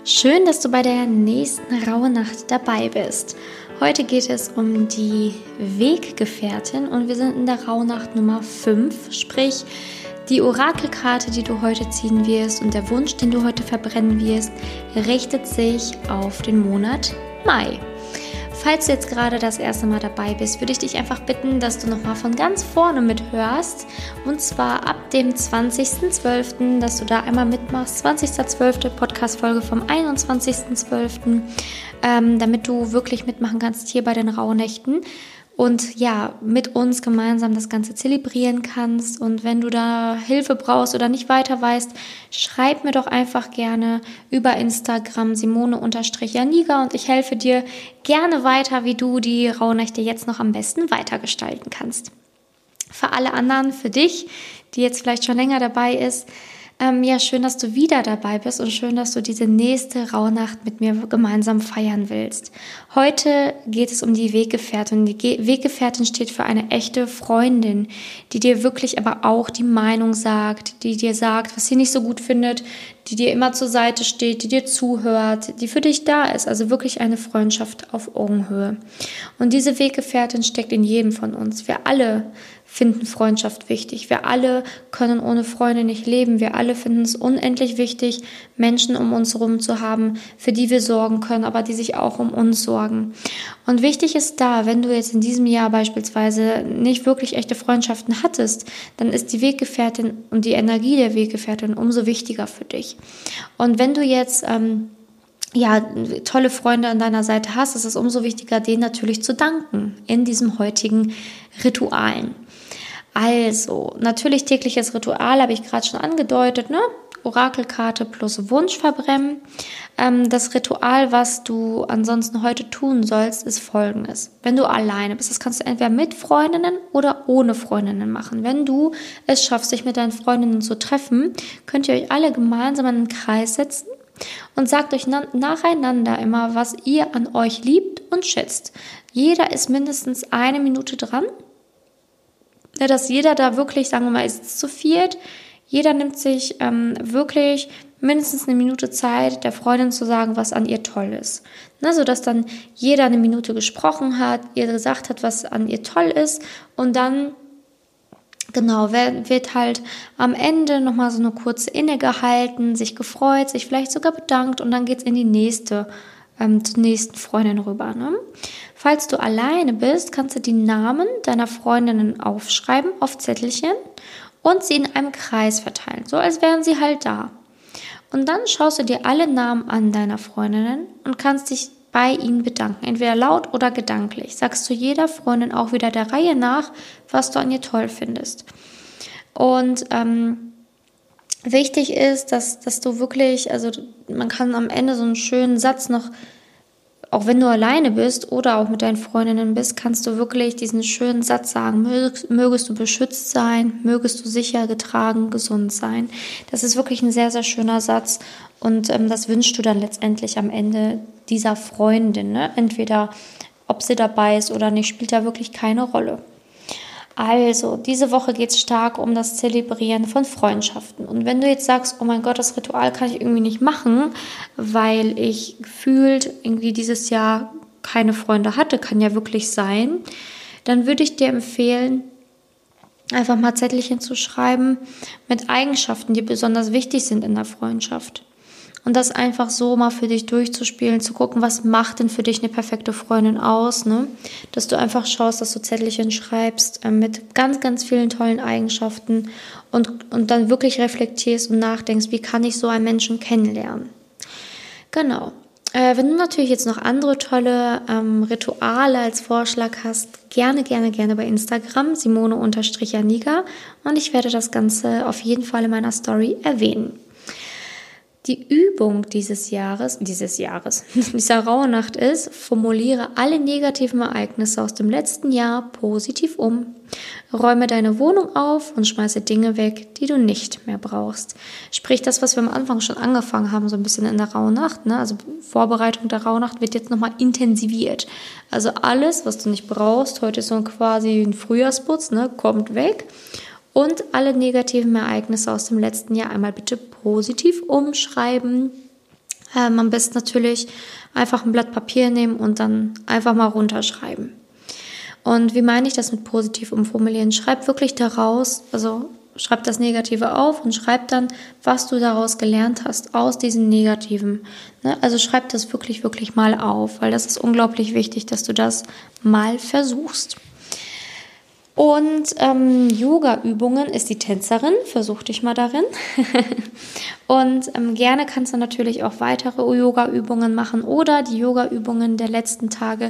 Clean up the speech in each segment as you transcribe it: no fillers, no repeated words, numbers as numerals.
Schön, dass du bei der nächsten Rauhnacht dabei bist. Heute geht es um die Weggefährtin und wir sind in der Rauhnacht Nummer 5, sprich die Orakelkarte, die du heute ziehen wirst und der Wunsch, den du heute verbrennen wirst, richtet sich auf den Monat Mai. Falls du jetzt gerade das erste Mal dabei bist, würde ich dich einfach bitten, dass du nochmal von ganz vorne mithörst. Und zwar ab dem 20.12., dass du da einmal mitmachst. 20.12. Podcast-Folge vom 21.12., damit du wirklich mitmachen kannst hier bei den Rauhnächten. Und ja, mit uns gemeinsam das Ganze zelebrieren kannst. Und wenn du da Hilfe brauchst oder nicht weiter weißt, schreib mir doch einfach gerne über Instagram Simone_Janiga und ich helfe dir gerne weiter, wie du die Rauhnächte jetzt noch am besten weitergestalten kannst. Für alle anderen, für dich, die jetzt vielleicht schon länger dabei ist, ja, schön, dass du wieder dabei bist und schön, dass du diese nächste Rauhnacht mit mir gemeinsam feiern willst. Heute geht es um die Weggefährtin. Die Weggefährtin steht für eine echte Freundin, die dir wirklich aber auch die Meinung sagt, die dir sagt, was sie nicht so gut findet, die dir immer zur Seite steht, die dir zuhört, die für dich da ist. Also wirklich eine Freundschaft auf Augenhöhe. Und diese Weggefährtin steckt in jedem von uns. Wir alle finden Freundschaft wichtig. Wir alle können ohne Freunde nicht leben. Wir alle finden es unendlich wichtig, Menschen um uns herum zu haben, für die wir sorgen können, aber die sich auch um uns sorgen. Und wichtig ist da, wenn du jetzt in diesem Jahr beispielsweise nicht wirklich echte Freundschaften hattest, dann ist die Weggefährtin und die Energie der Weggefährtin umso wichtiger für dich. Und wenn du jetzt tolle Freunde an deiner Seite hast, ist es umso wichtiger, denen natürlich zu danken in diesem heutigen Ritualen. Also, natürlich tägliches Ritual, habe ich gerade schon angedeutet, ne? Orakelkarte plus Wunsch verbrennen. Das Ritual, was du ansonsten heute tun sollst, ist folgendes. Wenn du alleine bist, das kannst du entweder mit Freundinnen oder ohne Freundinnen machen. Wenn du es schaffst, dich mit deinen Freundinnen zu treffen, könnt ihr euch alle gemeinsam in einen Kreis setzen und sagt euch nacheinander immer, was ihr an euch liebt und schätzt. Jeder ist mindestens 1 Minute dran. Dass jeder da wirklich, sagen wir mal, ist zu viert, jeder nimmt sich wirklich mindestens 1 Minute Zeit, der Freundin zu sagen, was an ihr toll ist. Sodass dann jeder 1 Minute gesprochen hat, ihr gesagt hat, was an ihr toll ist und dann wird halt am Ende nochmal so eine kurze innegehalten, sich gefreut, sich vielleicht sogar bedankt und dann geht's in die zur nächsten Freundin rüber. Ne? Falls du alleine bist, kannst du die Namen deiner Freundinnen aufschreiben auf Zettelchen und sie in einem Kreis verteilen, so als wären sie halt da. Und dann schaust du dir alle Namen an deiner Freundinnen und kannst dich bei ihnen bedanken, entweder laut oder gedanklich. Sagst du jeder Freundin auch wieder der Reihe nach, was du an ihr toll findest. Und wichtig ist, dass du wirklich, also man kann am Ende so einen schönen Satz noch, auch wenn du alleine bist oder auch mit deinen Freundinnen bist, kannst du wirklich diesen schönen Satz sagen, mögest du beschützt sein, mögest du sicher getragen, gesund sein. Das ist wirklich ein sehr, sehr schöner Satz und das wünschst du dann letztendlich am Ende dieser Freundin. Ne? Entweder, ob sie dabei ist oder nicht, spielt da wirklich keine Rolle. Also, diese Woche geht es stark um das Zelebrieren von Freundschaften. Und wenn du jetzt sagst, oh mein Gott, das Ritual kann ich irgendwie nicht machen, weil ich gefühlt irgendwie dieses Jahr keine Freunde hatte, kann ja wirklich sein, dann würde ich dir empfehlen, einfach mal Zettelchen zu schreiben mit Eigenschaften, die besonders wichtig sind in der Freundschaft. Und das einfach so mal für dich durchzuspielen, zu gucken, was macht denn für dich eine perfekte Freundin aus, ne? Dass du einfach schaust, dass du Zettelchen schreibst mit ganz, ganz vielen tollen Eigenschaften und dann wirklich reflektierst und nachdenkst, wie kann ich so einen Menschen kennenlernen. Genau. Wenn du natürlich jetzt noch andere tolle Rituale als Vorschlag hast, gerne bei Instagram, Simone_Janiga und ich werde das Ganze auf jeden Fall in meiner Story erwähnen. Die Übung dieser Rauhnacht ist, formuliere alle negativen Ereignisse aus dem letzten Jahr positiv um. Räume deine Wohnung auf und schmeiße Dinge weg, die du nicht mehr brauchst. Sprich, das, was wir am Anfang schon angefangen haben, so ein bisschen in der Rauhnacht, ne? Also Vorbereitung der Rauhnacht wird jetzt nochmal intensiviert. Also alles, was du nicht brauchst, heute ist so quasi ein Frühjahrsputz, ne? Kommt weg. Und alle negativen Ereignisse aus dem letzten Jahr einmal bitte positiv umschreiben. Am besten natürlich einfach ein Blatt Papier nehmen und dann einfach mal runterschreiben. Und wie meine ich das mit positiv umformulieren? Schreib wirklich daraus, also schreib das Negative auf und schreib dann, was du daraus gelernt hast, aus diesen Negativen. Also schreib das wirklich, wirklich mal auf, weil das ist unglaublich wichtig, dass du das mal versuchst. Und Yoga-Übungen ist die Tänzerin, versuch dich mal darin. Und gerne kannst du natürlich auch weitere Yoga-Übungen machen oder die Yoga-Übungen der letzten Tage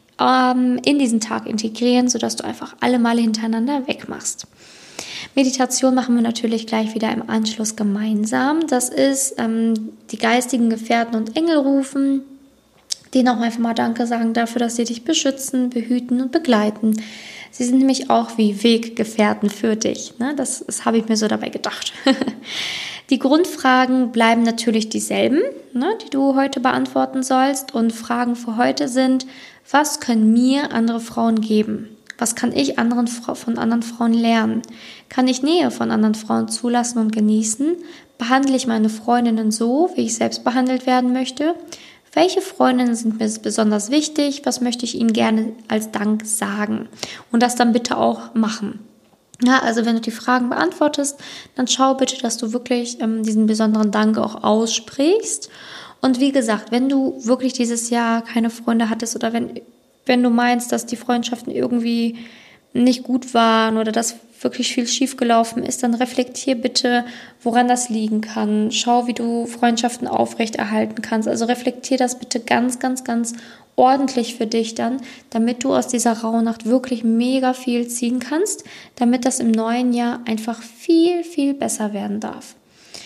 in diesen Tag integrieren, sodass du einfach alle Male hintereinander wegmachst. Meditation machen wir natürlich gleich wieder im Anschluss gemeinsam. Das ist die geistigen Gefährten und Engel rufen, denen auch einfach mal Danke sagen dafür, dass sie dich beschützen, behüten und begleiten. Sie sind nämlich auch wie Weggefährten für dich. Das habe ich mir so dabei gedacht. Die Grundfragen bleiben natürlich dieselben, die du heute beantworten sollst. Und Fragen für heute sind: Was können mir andere Frauen geben? Was kann ich von anderen Frauen lernen? Kann ich Nähe von anderen Frauen zulassen und genießen? Behandle ich meine Freundinnen so, wie ich selbst behandelt werden möchte? Welche Freundinnen sind mir besonders wichtig? Was möchte ich ihnen gerne als Dank sagen? Und das dann bitte auch machen. Also wenn du die Fragen beantwortest, dann schau bitte, dass du wirklich diesen besonderen Dank auch aussprichst. Und wie gesagt, wenn du wirklich dieses Jahr keine Freunde hattest oder wenn du meinst, dass die Freundschaften irgendwie nicht gut waren oder dass wirklich viel schiefgelaufen ist, dann reflektier bitte, woran das liegen kann. Schau, wie du Freundschaften aufrechterhalten kannst. Also reflektier das bitte ganz, ganz, ganz ordentlich für dich dann, damit du aus dieser Rauhnacht wirklich mega viel ziehen kannst, damit das im neuen Jahr einfach viel, viel besser werden darf.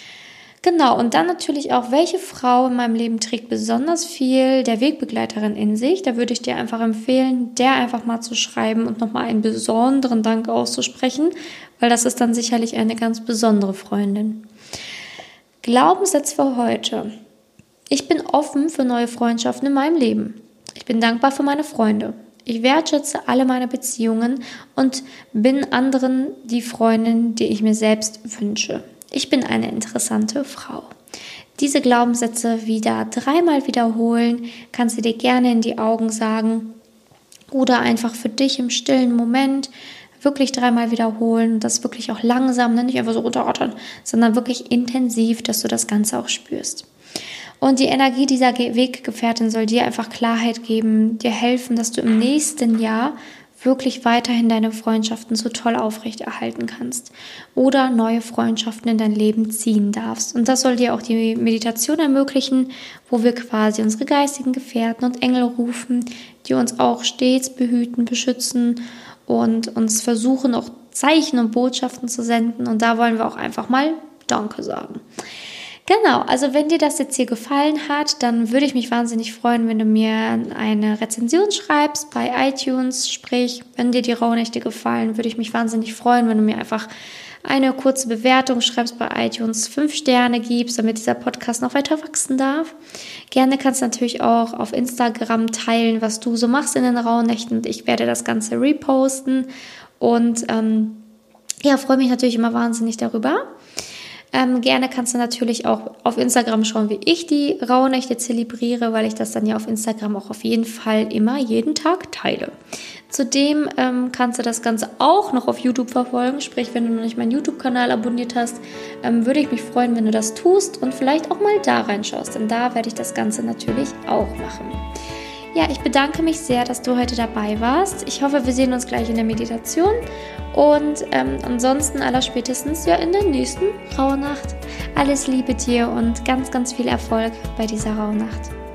Genau, und dann natürlich auch, welche Frau in meinem Leben trägt besonders viel der Wegbegleiterin in sich. Da würde ich dir einfach empfehlen, der einfach mal zu schreiben und nochmal einen besonderen Dank auszusprechen, weil das ist dann sicherlich eine ganz besondere Freundin. Glaubenssatz für heute. Ich bin offen für neue Freundschaften in meinem Leben. Ich bin dankbar für meine Freunde. Ich wertschätze alle meine Beziehungen und bin anderen die Freundin, die ich mir selbst wünsche. Ich bin eine interessante Frau. Diese Glaubenssätze wieder 3-mal wiederholen, kannst du dir gerne in die Augen sagen oder einfach für dich im stillen Moment wirklich 3-mal wiederholen und das wirklich auch langsam, nicht einfach so runterrattern, sondern wirklich intensiv, dass du das Ganze auch spürst. Und die Energie dieser Weggefährtin soll dir einfach Klarheit geben, dir helfen, dass du im nächsten Jahr wirklich weiterhin deine Freundschaften so toll aufrechterhalten kannst oder neue Freundschaften in dein Leben ziehen darfst. Und das soll dir auch die Meditation ermöglichen, wo wir quasi unsere geistigen Gefährten und Engel rufen, die uns auch stets behüten, beschützen und uns versuchen, auch Zeichen und Botschaften zu senden. Und da wollen wir auch einfach mal Danke sagen. Genau, also wenn dir das jetzt hier gefallen hat, dann würde ich mich wahnsinnig freuen, wenn du mir eine Rezension schreibst bei iTunes. Sprich, wenn dir die Rauhnächte gefallen, würde ich mich wahnsinnig freuen, wenn du mir einfach eine kurze Bewertung schreibst bei iTunes, 5 Sterne gibst, damit dieser Podcast noch weiter wachsen darf. Gerne kannst du natürlich auch auf Instagram teilen, was du so machst in den Rauhnächten. Ich werde das Ganze reposten und freue mich natürlich immer wahnsinnig darüber. Gerne kannst du natürlich auch auf Instagram schauen, wie ich die Rauhnächte zelebriere, weil ich das dann ja auf Instagram auch auf jeden Fall immer jeden Tag teile. Zudem kannst du das Ganze auch noch auf YouTube verfolgen, sprich, wenn du noch nicht meinen YouTube-Kanal abonniert hast, würde ich mich freuen, wenn du das tust und vielleicht auch mal da reinschaust, denn da werde ich das Ganze natürlich auch machen. Ja, ich bedanke mich sehr, dass du heute dabei warst. Ich hoffe, wir sehen uns gleich in der Meditation und ansonsten allerspätestens ja in der nächsten Rauhnacht. Alles Liebe dir und ganz, ganz viel Erfolg bei dieser Rauhnacht.